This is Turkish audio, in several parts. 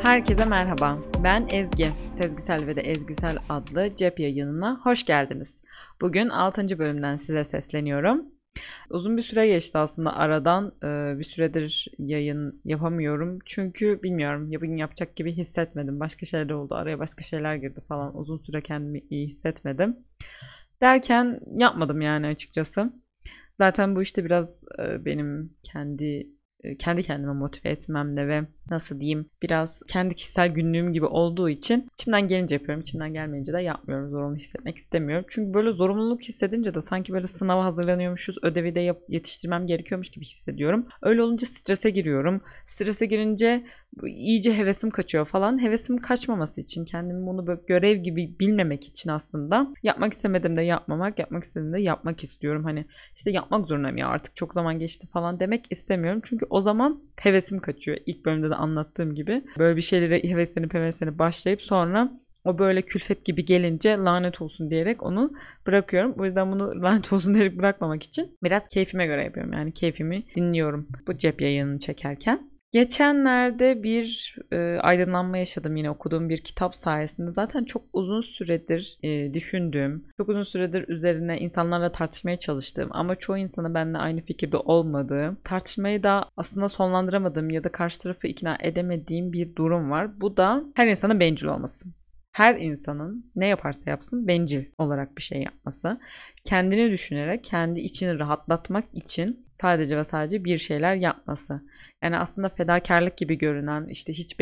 Herkese merhaba. Ben Ezgi. Sezgisel ve de Ezgisel adlı cep yayınına hoş geldiniz. Bugün 6. bölümden size sesleniyorum. Uzun bir süre geçti aslında aradan. Bir süredir yayın yapamıyorum. Çünkü bilmiyorum, bugün yapacak gibi hissetmedim. Başka şeyler oldu. Araya başka şeyler girdi falan. Uzun süre kendimi iyi hissetmedim. Derken yapmadım yani açıkçası. Zaten bu işte biraz benim kendi kendime motive etmemde ve nasıl diyeyim biraz kendi kişisel günlüğüm gibi olduğu için içimden gelince yapıyorum. İçimden gelmeyince de yapmıyorum. Zorunlu hissetmek istemiyorum. Çünkü böyle zorunluluk hissedince de sanki böyle sınava hazırlanıyormuşuz, ödevi de yetiştirmem gerekiyormuş gibi hissediyorum. Öyle olunca strese giriyorum. Strese girince iyice hevesim kaçıyor falan. Hevesim kaçmaması için, kendimi bunu böyle görev gibi bilmemek için aslında yapmak istemedim de yapmamak, yapmak istedim de yapmak istiyorum. Hani işte yapmak zorundayım ya, artık çok zaman geçti falan demek istemiyorum. Çünkü o zaman hevesim kaçıyor. İlk bölümde de anlattığım gibi. Böyle bir şeylere heveslenip başlayıp sonra o böyle külfet gibi gelince lanet olsun diyerek onu bırakıyorum. O yüzden bunu lanet olsun diyerek bırakmamak için biraz keyfime göre yapıyorum. Yani keyfimi dinliyorum bu cep yayınını çekerken. Geçenlerde bir aydınlanma yaşadım yine okuduğum bir kitap sayesinde. Zaten çok uzun süredir düşündüğüm, çok uzun süredir üzerine insanlarla tartışmaya çalıştığım ama çoğu insanın benimle aynı fikirde olmadığı, tartışmayı da aslında sonlandıramadığım ya da karşı tarafı ikna edemediğim bir durum var. Bu da her insanın bencil olması. Her insanın ne yaparsa yapsın bencil olarak bir şey yapması. Kendini düşünerek, kendi içini rahatlatmak için sadece ve sadece bir şeyler yapması. Yani aslında fedakarlık gibi görünen, işte hiç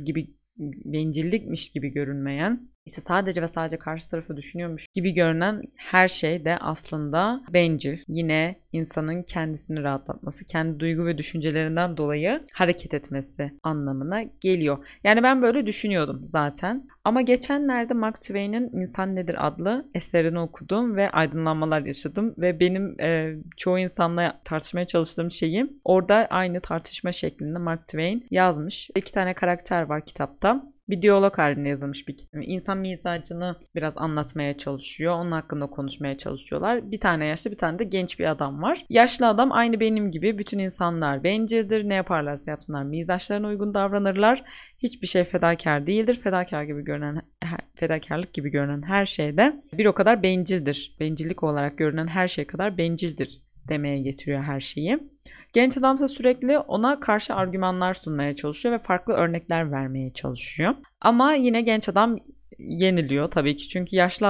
bencillikmiş gibi görünmeyen, işte sadece ve sadece karşı tarafı düşünüyormuş gibi görünen her şey de aslında bencil. Yine insanın kendisini rahatlatması, kendi duygu ve düşüncelerinden dolayı hareket etmesi anlamına geliyor. Yani ben böyle düşünüyordum zaten. Ama geçenlerde Mark Twain'in İnsan Nedir adlı eserini okudum ve aydınlanmalar yaşadım. Ve benim çoğu insanla tartışmaya çalıştığım şeyi orada aynı tartışma şeklinde Mark Twain yazmış. 2 tane karakter var kitapta. Bir diyalog halinde yazılmış bir kitap. İnsan mizacını biraz anlatmaya çalışıyor. Onun hakkında konuşmaya çalışıyorlar. Bir tane yaşlı, bir tane de genç bir adam var. Yaşlı adam aynı benim gibi bütün insanlar bencildir. Ne yaparlarsa yapsınlar mizaçlarına uygun davranırlar. Hiçbir şey fedakar değildir. Fedakarlık gibi görünen her şeyde bir o kadar bencildir. Bencillik olarak görünen her şey kadar bencildir demeye getiriyor her şeyi. Genç adamsa sürekli ona karşı argümanlar sunmaya çalışıyor ve farklı örnekler vermeye çalışıyor. Ama yine genç adam yeniliyor tabii ki. Çünkü yaşlı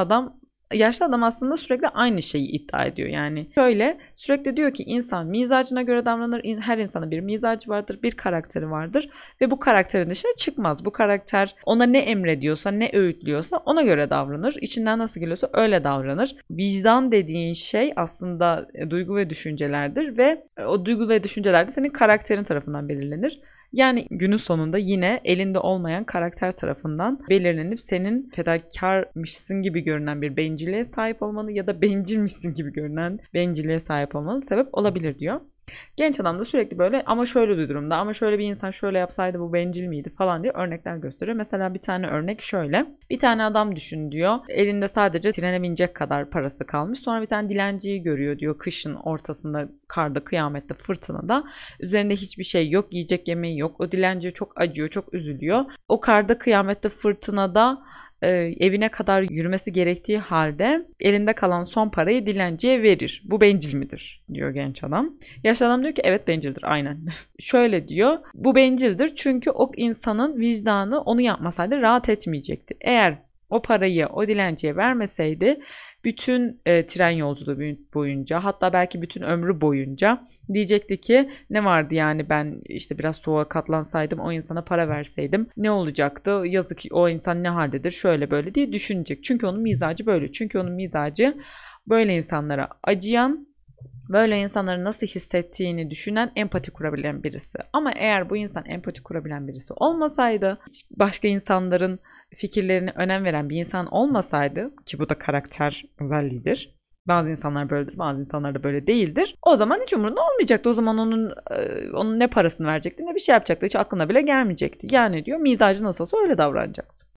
adam aslında sürekli aynı şeyi iddia ediyor. Yani şöyle sürekli diyor ki insan mizacına göre davranır. Her insanın bir mizacı vardır, bir karakteri vardır ve bu karakterin dışına çıkmaz. Bu karakter ona ne emrediyorsa, ne öğütlüyorsa ona göre davranır. İçinden nasıl geliyorsa öyle davranır. Vicdan dediğin şey aslında duygu ve düşüncelerdir ve o duygu ve düşünceler de senin karakterin tarafından belirlenir. Yani günün sonunda yine elinde olmayan karakter tarafından belirlenip senin fedakarmışsın gibi görünen bir bencilliğe sahip olmanı ya da bencilmişsin gibi görünen bencilliğe sahip olmanı sebep olabilir diyor. Genç adam da sürekli böyle ama şöyle bir durumda, ama şöyle bir insan şöyle yapsaydı bu bencil miydi falan diye örnekler gösteriyor. Mesela bir tane örnek şöyle. Bir tane adam düşün diyor. Elinde sadece trene binecek kadar parası kalmış. Sonra bir tane dilenciyi görüyor diyor. Kışın ortasında, karda, kıyamette, fırtınada. Üzerinde hiçbir şey yok. Yiyecek yemeği yok. O dilenciye çok acıyor, çok üzülüyor. O karda, kıyamette, fırtınada evine kadar yürümesi gerektiği halde elinde kalan son parayı dilenciye verir. Bu bencil midir? Diyor genç adam. Yaşlı adam diyor ki evet bencildir aynen. Şöyle diyor. Bu bencildir çünkü o insanın vicdanı onu yapmasaydı rahat etmeyecekti. Eğer o parayı o dilenciye vermeseydi bütün tren yolculuğu boyunca, hatta belki bütün ömrü boyunca diyecekti ki ne vardı yani, ben işte biraz soğuğa katlansaydım, o insana para verseydim ne olacaktı, yazık o insan ne haldedir, şöyle böyle diye düşünecek. Çünkü onun mizacı böyle. Çünkü onun mizacı böyle insanlara acıyan, böyle insanların nasıl hissettiğini düşünen, empati kurabilen birisi. Ama eğer bu insan empati kurabilen birisi olmasaydı, başka insanların fikirlerine önem veren bir insan olmasaydı, ki bu da karakter özelliğidir. Bazı insanlar böyledir, bazı insanlar da böyle değildir. O zaman hiç umurunda olmayacaktı. O zaman onun ne parasını verecekti, ne bir şey yapacaktı. Hiç aklına bile gelmeyecekti. Yani diyor mizacı nasılsa öyle davranacaktı.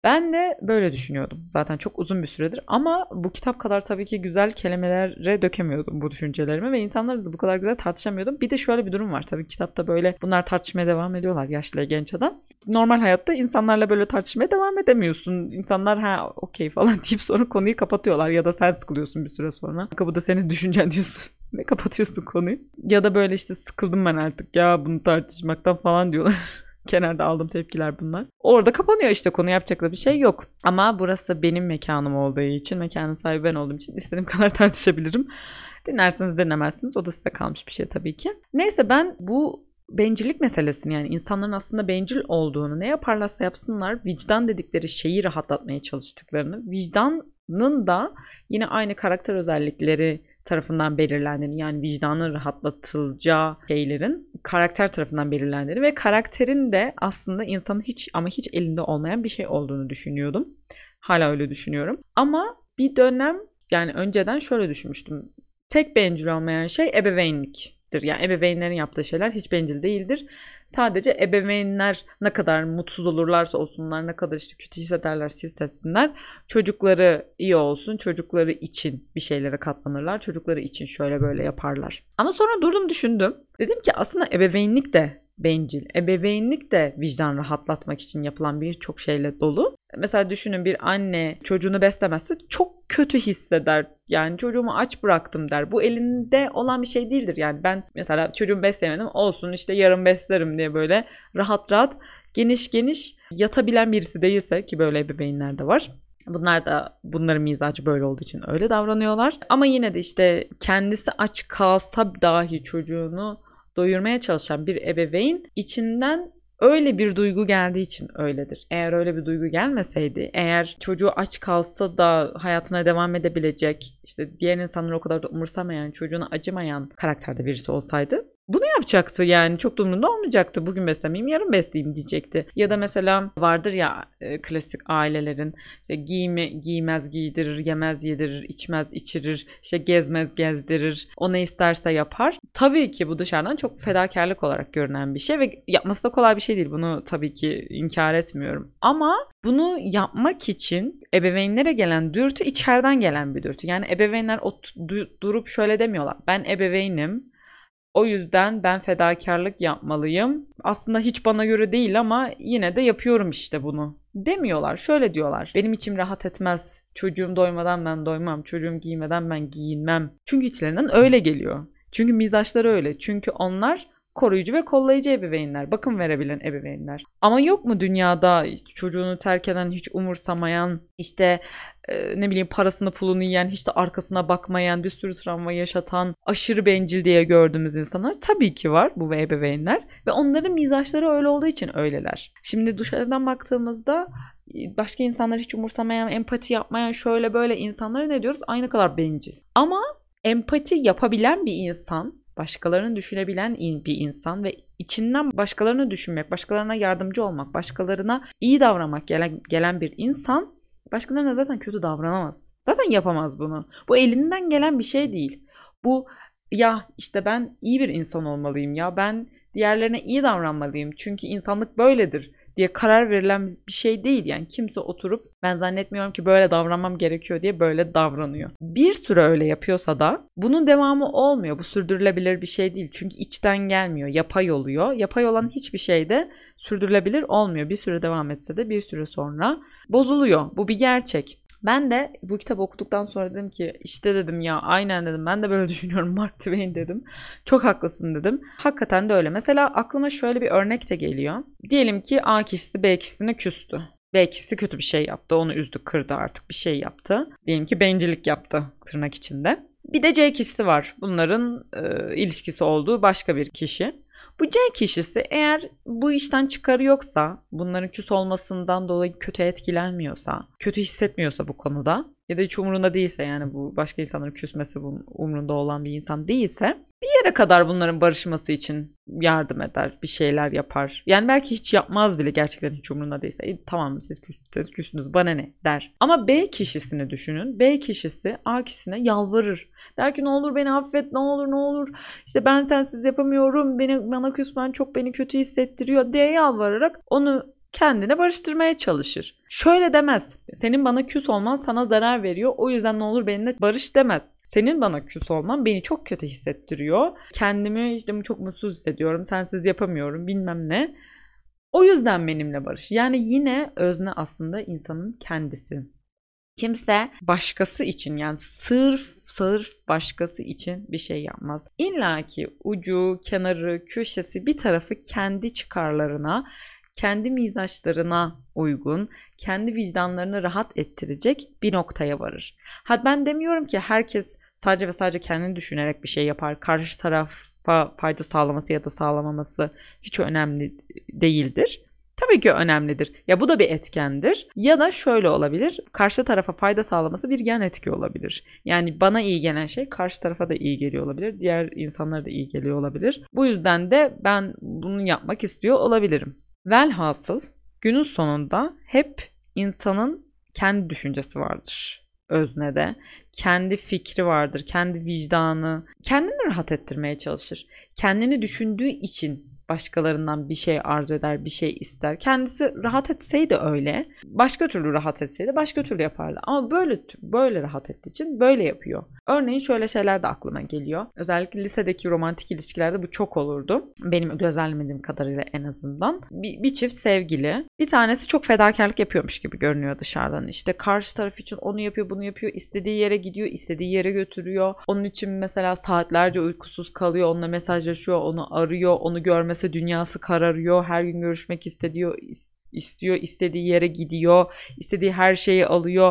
Ben de böyle düşünüyordum zaten çok uzun bir süredir ama bu kitap kadar tabii ki güzel kelimelere dökemiyordum bu düşüncelerimi ve insanlarla da bu kadar güzel tartışamıyordum. Bir de şöyle bir durum var, tabii kitapta böyle bunlar tartışmaya devam ediyorlar, yaşlı genç adam. Normal hayatta insanlarla böyle tartışmaya devam edemiyorsun. İnsanlar ha okey falan deyip sonra konuyu kapatıyorlar ya da sen sıkılıyorsun bir süre sonra. Bu da senin düşüncen diyorsun ve kapatıyorsun konuyu. Ya da böyle işte sıkıldım ben artık ya bunu tartışmaktan falan diyorlar. Kenarda aldığım tepkiler bunlar. Orada kapanıyor işte konu, yapacak da bir şey yok. Ama burası benim mekanım olduğu için, mekanın sahibi ben olduğum için istediğim kadar tartışabilirim. Dinlersiniz dinlemezsiniz, o da size kalmış bir şey tabii ki. Neyse ben bu bencillik meselesini, yani insanların aslında bencil olduğunu, ne yaparlarsa yapsınlar vicdan dedikleri şeyi rahatlatmaya çalıştıklarını, vicdanın da yine aynı karakter özellikleri tarafından belirlendiğini, yani vicdanın rahatlatılacağı şeylerin karakter tarafından belirlendiğini ve karakterin de aslında insanın hiç ama hiç elinde olmayan bir şey olduğunu düşünüyordum. Hala öyle düşünüyorum. Ama bir dönem, yani önceden şöyle düşünmüştüm. Tek bencil olmayan şey ebeveynliktir. Yani ebeveynlerin yaptığı şeyler hiç bencil değildir. Sadece ebeveynler ne kadar mutsuz olurlarsa olsunlar, ne kadar işte kötü hissederlerse hissetsinler, çocukları iyi olsun, çocukları için bir şeylere katlanırlar, çocukları için şöyle böyle yaparlar. Ama sonra durdum düşündüm. Dedim ki aslında ebeveynlik de bencil. Ebeveynlik de vicdan rahatlatmak için yapılan birçok şeyle dolu. Mesela düşünün, bir anne çocuğunu beslemezse çok kötü hisseder. Yani çocuğumu aç bıraktım der. Bu elinde olan bir şey değildir. Yani ben mesela çocuğumu beslemedim, olsun işte yarın beslerim diye böyle rahat rahat geniş geniş yatabilen birisi değilse, ki böyle ebeveynler de var. Bunların mizacı böyle olduğu için öyle davranıyorlar. Ama yine de işte kendisi aç kalsa dahi çocuğunu doyurmaya çalışan bir ebeveyn içinden öyle bir duygu geldiği için öyledir. Eğer öyle bir duygu gelmeseydi, eğer çocuğu aç kalsa da hayatına devam edebilecek, işte diğer insanları o kadar da umursamayan, çocuğuna acımayan karakterde birisi olsaydı bunu yapacaktı, yani çok da umurunda olmayacaktı. Bugün beslemeyeyim, yarın besleyeyim diyecekti. Ya da mesela vardır ya klasik ailelerin işte giymez giydirir, yemez yedirir, içmez içirir, işte gezmez gezdirir, o ne isterse yapar. Tabii ki bu dışarıdan çok fedakarlık olarak görünen bir şey ve yapması da kolay bir şey değil. Bunu tabii ki inkar etmiyorum. Ama bunu yapmak için ebeveynlere gelen dürtü içeriden gelen bir dürtü. Yani ebeveynler durup şöyle demiyorlar: ben ebeveynim, o yüzden ben fedakarlık yapmalıyım. Aslında hiç bana göre değil ama yine de yapıyorum işte bunu demiyorlar. Şöyle diyorlar: benim içim rahat etmez. Çocuğum doymadan ben doymam. Çocuğum giymeden ben giyinmem. Çünkü içlerinden öyle geliyor. Çünkü mizaçları öyle. Çünkü onlar koruyucu ve kollayıcı ebeveynler. Bakım verebilen ebeveynler. Ama yok mu dünyada işte çocuğunu terk eden, hiç umursamayan, işte ne bileyim parasını pulunu yiyen, hiç de arkasına bakmayan, bir sürü travma yaşatan, aşırı bencil diye gördüğümüz insanlar? Tabii ki var bu ebeveynler ve onların mizaçları öyle olduğu için öyleler. Şimdi dışarıdan baktığımızda başka insanları hiç umursamayan, empati yapmayan, şöyle böyle insanlara ne diyoruz? Aynı kadar bencil. Ama empati yapabilen bir insan, başkalarını düşünebilen bir insan ve içinden başkalarını düşünmek, başkalarına yardımcı olmak, başkalarına iyi davranmak gelen bir insan başkalarına zaten kötü davranamaz. Zaten yapamaz bunu. Bu elinden gelen bir şey değil. Bu ya işte ben iyi bir insan olmalıyım, ya ben diğerlerine iyi davranmalıyım çünkü insanlık böyledir diye karar verilen bir şey değil. Yani kimse oturup ben zannetmiyorum ki böyle davranmam gerekiyor diye böyle davranıyor. Bir süre öyle yapıyorsa da bunun devamı olmuyor. Bu sürdürülebilir bir şey değil. Çünkü içten gelmiyor. Yapay oluyor. Yapay olan hiçbir şey de sürdürülebilir olmuyor. Bir süre devam etse de bir süre sonra bozuluyor. Bu bir gerçek. Ben de bu kitabı okuduktan sonra dedim ki işte dedim ya aynen dedim, ben de böyle düşünüyorum Mark Twain dedim. Çok haklısın dedim. Hakikaten de öyle. Mesela aklıma şöyle bir örnek de geliyor. Diyelim ki A kişisi B kişisine küstü. B kişisi kötü bir şey yaptı. Onu üzdü, kırdı, artık bir şey yaptı. Diyelim ki bencillik yaptı tırnak içinde. Bir de C kişisi var. Bunların ilişkisi olduğu başka bir kişi. Bu C kişisi eğer bu işten çıkarı yoksa, bunların küs olmasından dolayı kötü etkilenmiyorsa, kötü hissetmiyorsa bu konuda ya da hiç umurunda değilse, yani bu başka insanların küsmesi bunun umurunda olan bir insan değilse bir yere kadar bunların barışması için yardım eder, bir şeyler yapar. Yani belki hiç yapmaz bile, gerçekten hiç umurunda değilse. Tamam siz küssünüz, küssünüz bana ne der. Ama B kişisini düşünün. B kişisi A kişisine yalvarır. Der ki ne olur beni affet, ne olur ne olur. İşte ben sensiz yapamıyorum, bana küsmen çok beni kötü hissettiriyor diye yalvararak onu kendini barıştırmaya çalışır. Şöyle demez. Senin bana küs olman sana zarar veriyor. O yüzden ne olur benimle barış demez. Senin bana küs olman beni çok kötü hissettiriyor. Kendimi işte çok mutsuz hissediyorum. Sensiz yapamıyorum bilmem ne. O yüzden benimle barış. Yani yine özne aslında insanın kendisi. Kimse başkası için, yani sırf başkası için bir şey yapmaz. İlla ki ucu, kenarı, köşesi, bir tarafı kendi çıkarlarına, kendi mizaçlarına uygun, kendi vicdanlarını rahat ettirecek bir noktaya varır. Ben demiyorum ki herkes sadece ve sadece kendini düşünerek bir şey yapar. Karşı tarafa fayda sağlaması ya da sağlamaması hiç önemli değildir. Tabii ki önemlidir. Ya bu da bir etkendir. Ya da şöyle olabilir. Karşı tarafa fayda sağlaması bir yan etki olabilir. Yani bana iyi gelen şey karşı tarafa da iyi geliyor olabilir. Diğer insanlara da iyi geliyor olabilir. Bu yüzden de ben bunu yapmak istiyor olabilirim. Velhasıl günün sonunda hep insanın kendi düşüncesi vardır. Öznede kendi fikri vardır, kendi vicdanı, kendini rahat ettirmeye çalışır. Kendini düşündüğü için başkalarından bir şey arzu eder, bir şey ister. Kendisi rahat etseydi öyle, başka türlü rahat etseydi başka türlü yapardı. Ama böyle rahat ettiği için böyle yapıyor. Örneğin şöyle şeyler de aklıma geliyor. Özellikle lisedeki romantik ilişkilerde bu çok olurdu. Benim gözlemlediğim kadarıyla en azından. Bir çift sevgili. Bir tanesi çok fedakarlık yapıyormuş gibi görünüyor dışarıdan. İşte karşı taraf için onu yapıyor, bunu yapıyor. İstediği yere gidiyor, istediği yere götürüyor. Onun için mesela saatlerce uykusuz kalıyor. Onunla mesajlaşıyor, onu arıyor. Onu görmese dünyası kararıyor. Her gün görüşmek istiyor, istediği yere gidiyor. İstediği her şeyi alıyor.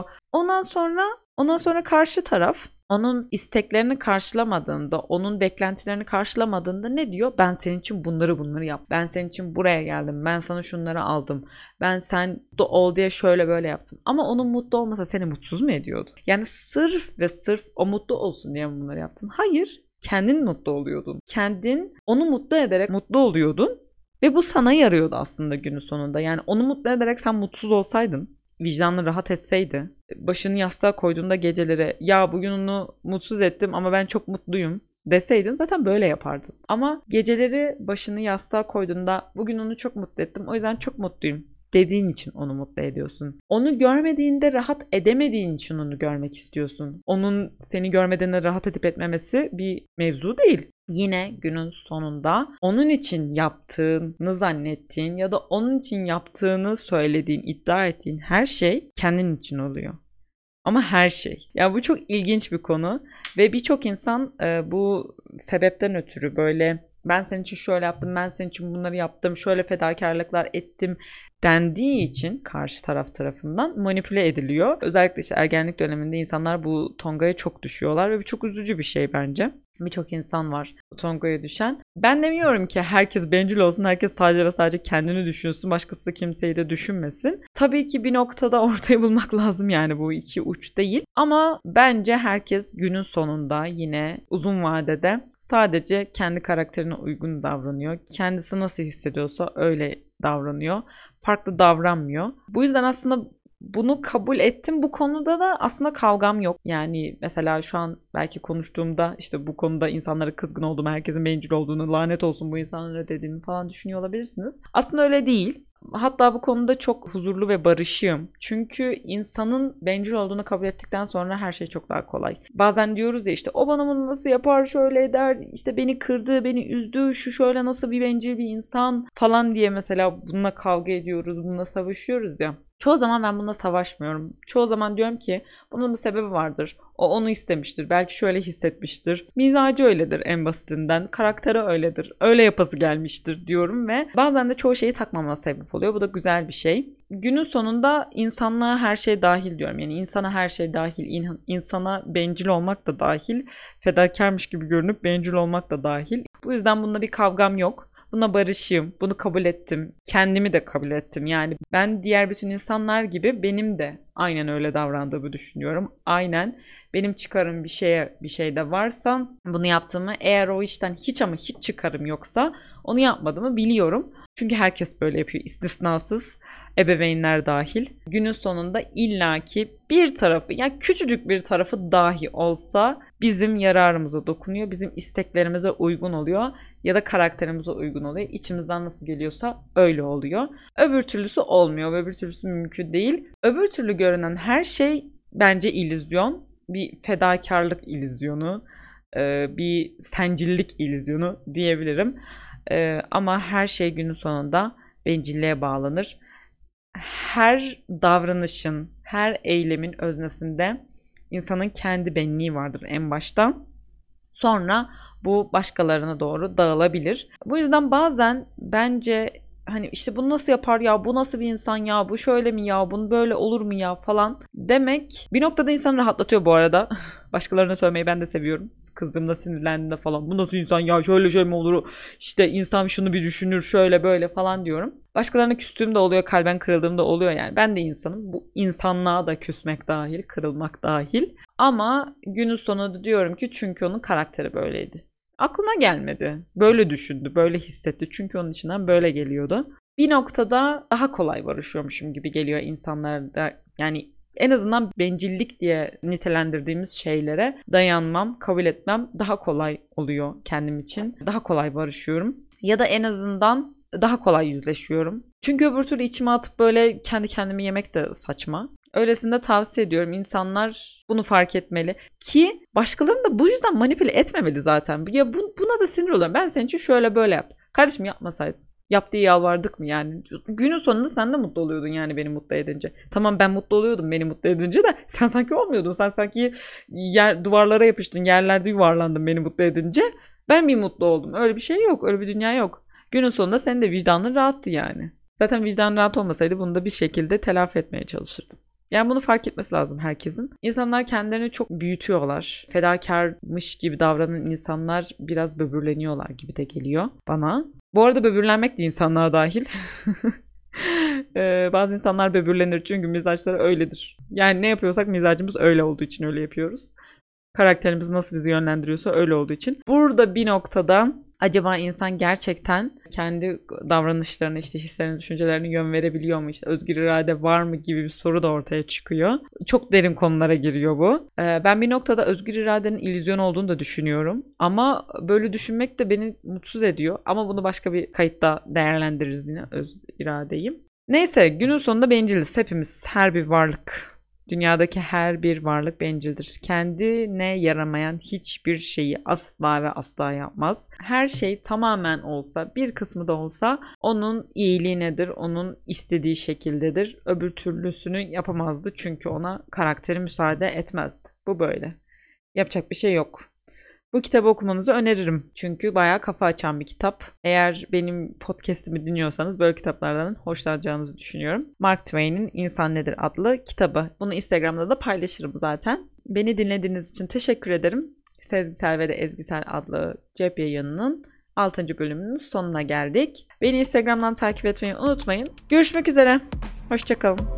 Ondan sonra karşı taraf onun isteklerini karşılamadığında, onun beklentilerini karşılamadığında ne diyor? Ben senin için bunları yap. Ben senin için buraya geldim. Ben sana şunları aldım. Ben sen mutlu ol diye şöyle böyle yaptım. Ama onun mutlu olmasa seni mutsuz mu ediyordu? Yani sırf o mutlu olsun diye mi bunları yaptın? Hayır. Kendin mutlu oluyordun. Kendin onu mutlu ederek mutlu oluyordun. Ve bu sana yarıyordu aslında günün sonunda. Yani onu mutlu ederek sen mutsuz olsaydın, vicdanın rahat etseydi, başını yastığa koyduğunda gecelere ya bugün onu mutsuz ettim ama ben çok mutluyum deseydin zaten böyle yapardın. Ama geceleri başını yastığa koyduğunda bugün onu çok mutlu ettim o yüzden çok mutluyum dediğin için onu mutlu ediyorsun. Onu görmediğinde rahat edemediğin için onu görmek istiyorsun. Onun seni görmediğinde rahat edip etmemesi bir mevzu değil. Yine günün sonunda onun için yaptığını zannettiğin ya da onun için yaptığını söylediğin, iddia ettiğin her şey kendin için oluyor. Ama her şey. Ya bu çok ilginç bir konu ve birçok insan bu sebepten ötürü böyle ben senin için şöyle yaptım, ben senin için bunları yaptım, şöyle fedakarlıklar ettim dendiği için karşı taraf tarafından manipüle ediliyor. Özellikle işte ergenlik döneminde insanlar bu tongaya çok düşüyorlar ve bu çok üzücü bir şey bence. Birçok insan var bu tongaya düşen. Ben demiyorum ki herkes bencil olsun, herkes sadece ve sadece kendini düşünsün, başkası da kimseyi de düşünmesin. Tabii ki bir noktada ortayı bulmak lazım, yani bu iki uç değil. Ama bence herkes günün sonunda yine uzun vadede sadece kendi karakterine uygun davranıyor. Kendisi nasıl hissediyorsa öyle davranıyor. Farklı davranmıyor. Bu yüzden aslında bunu kabul ettim. Bu konuda da aslında kavgam yok. Yani mesela şu an belki konuştuğumda işte bu konuda insanlara kızgın olduğumu, herkesin bencil olduğunu, lanet olsun bu insanlara dediğimi falan düşünüyor olabilirsiniz. Aslında öyle değil. Hatta bu konuda çok huzurlu ve barışığım. Çünkü insanın bencil olduğunu kabul ettikten sonra her şey çok daha kolay. Bazen diyoruz ya işte o bana bunu nasıl yapar, şöyle eder, işte beni kırdı, beni üzdü, şu şöyle nasıl bir bencil bir insan falan diye mesela bununla kavga ediyoruz, bununla savaşıyoruz ya. Çoğu zaman ben bununla savaşmıyorum. Çoğu zaman diyorum ki bunun bir sebebi vardır. O onu istemiştir. Belki şöyle hissetmiştir. Mizacı öyledir en basitinden. Karakteri öyledir. Öyle yapası gelmiştir diyorum ve bazen de çoğu şeyi takmama sebep oluyor. Bu da güzel bir şey. Günün sonunda insanlığa her şey dahil diyorum. Yani insana her şey dahil. İnsana bencil olmak da dahil. Fedakarmış gibi görünüp bencil olmak da dahil. Bu yüzden bunda bir kavgam yok. Buna barışığım, bunu kabul ettim. Kendimi de kabul ettim. Yani ben diğer bütün insanlar gibi benim de aynen öyle davrandığımı düşünüyorum. Aynen benim çıkarım bir şeyde varsa bunu yaptığımı, eğer o işten hiç ama hiç çıkarım yoksa onu yapmadığımı biliyorum. Çünkü herkes böyle yapıyor, istisnasız. ebeveynler dahil. Günün sonunda illaki bir tarafı, yani küçücük bir tarafı dahi olsa bizim yararımıza dokunuyor, bizim isteklerimize uygun oluyor ya da karakterimize uygun oluyor. İçimizden nasıl geliyorsa öyle oluyor. Öbür türlüsü olmuyor, öbür türlüsü mümkün değil. Öbür türlü görünen her şey bence illüzyon, bir fedakarlık illüzyonu, bir sencillik illüzyonu diyebilirim. Ama her şey günün sonunda bencilliğe bağlanır. Her davranışın, her eylemin öznesinde insanın kendi benliği vardır en başta. Sonra bu başkalarına doğru dağılabilir. Bu yüzden bazen bence hani işte bunu nasıl yapar ya, bu nasıl bir insan ya, bu şöyle mi ya, bunu böyle olur mu ya falan demek bir noktada insanı rahatlatıyor bu arada. Başkalarına söylemeyi ben de seviyorum. Kızdığımda, sinirlendiğimde falan. Bu nasıl insan ya, şöyle şey mi olur? İşte insan şunu bir düşünür, şöyle böyle falan diyorum. Başkalarına küstüğüm de oluyor, kalben kırıldığım da oluyor yani. Ben de insanım. Bu insanlığa da küsmek dahil, kırılmak dahil. Ama günün sonunda diyorum ki çünkü onun karakteri böyleydi. Aklına gelmedi. Böyle düşündü, böyle hissetti. Çünkü onun içinden böyle geliyordu. Bir noktada daha kolay barışıyormuşum gibi geliyor insanlarda. Yani en azından bencillik diye nitelendirdiğimiz şeylere dayanmam, kabul etmem daha kolay oluyor kendim için. Daha kolay barışıyorum. Ya da en azından daha kolay yüzleşiyorum. Çünkü öbür türlü içime atıp böyle kendi kendimi yemek de saçma. Öylesinde tavsiye ediyorum. İnsanlar bunu fark etmeli. Ki başkalarını da bu yüzden manipüle etmemeli zaten. Ya buna da sinir oluyorum. Ben senin için şöyle böyle yap. Kardeşim yapmasaydın. Yap diye yalvardık mı yani? Günün sonunda sen de mutlu oluyordun yani beni mutlu edince. Tamam ben mutlu oluyordum beni mutlu edince de sen sanki olmuyordun. Sen sanki duvarlara yapıştın, yerlerde yuvarlandın beni mutlu edince. Ben bir mutlu oldum. Öyle bir şey yok. Öyle bir dünya yok. Günün sonunda senin de vicdanın rahattı yani. Zaten vicdan rahat olmasaydı bunu da bir şekilde telafi etmeye çalışırdım. Yani bunu fark etmesi lazım herkesin. İnsanlar kendilerini çok büyütüyorlar. Fedakarmış gibi davranan insanlar biraz böbürleniyorlar gibi de geliyor bana. Bu arada böbürlenmek de insanlığa dahil. Bazı insanlar böbürlenir çünkü mizaçları öyledir. Yani ne yapıyorsak mizacımız öyle olduğu için öyle yapıyoruz. Karakterimiz nasıl bizi yönlendiriyorsa öyle olduğu için. Burada bir noktada acaba insan gerçekten kendi davranışlarına, işte hislerine, düşüncelerine yön verebiliyor mu? İşte özgür irade var mı gibi bir soru da ortaya çıkıyor. Çok derin konulara giriyor bu. Ben bir noktada özgür iradenin illüzyon olduğunu da düşünüyorum. Ama böyle düşünmek de beni mutsuz ediyor. Ama bunu başka bir kayıtta değerlendiririz yine öz iradeyi. Neyse günün sonunda benciliz hepimiz. Her bir varlık. Dünyadaki her bir varlık bencildir. Kendine yaramayan hiçbir şeyi asla ve asla yapmaz. Her şey tamamen olsa, bir kısmı da olsa onun iyiliğinedir, onun istediği şekildedir. Öbür türlüsünü yapamazdı çünkü ona karakteri müsaade etmezdi. Bu böyle. Yapacak bir şey yok. Bu kitabı okumanızı öneririm. Çünkü bayağı kafa açan bir kitap. Eğer benim podcast'imi dinliyorsanız böyle kitaplardan hoşlanacağınızı düşünüyorum. Mark Twain'in İnsan Nedir adlı kitabı. Bunu Instagram'da da paylaşırım zaten. Beni dinlediğiniz için teşekkür ederim. Sezgisel ve de Ezgisel adlı cep yayınının 6. bölümünün sonuna geldik. Beni Instagram'dan takip etmeyi unutmayın. Görüşmek üzere. Hoşça kalın.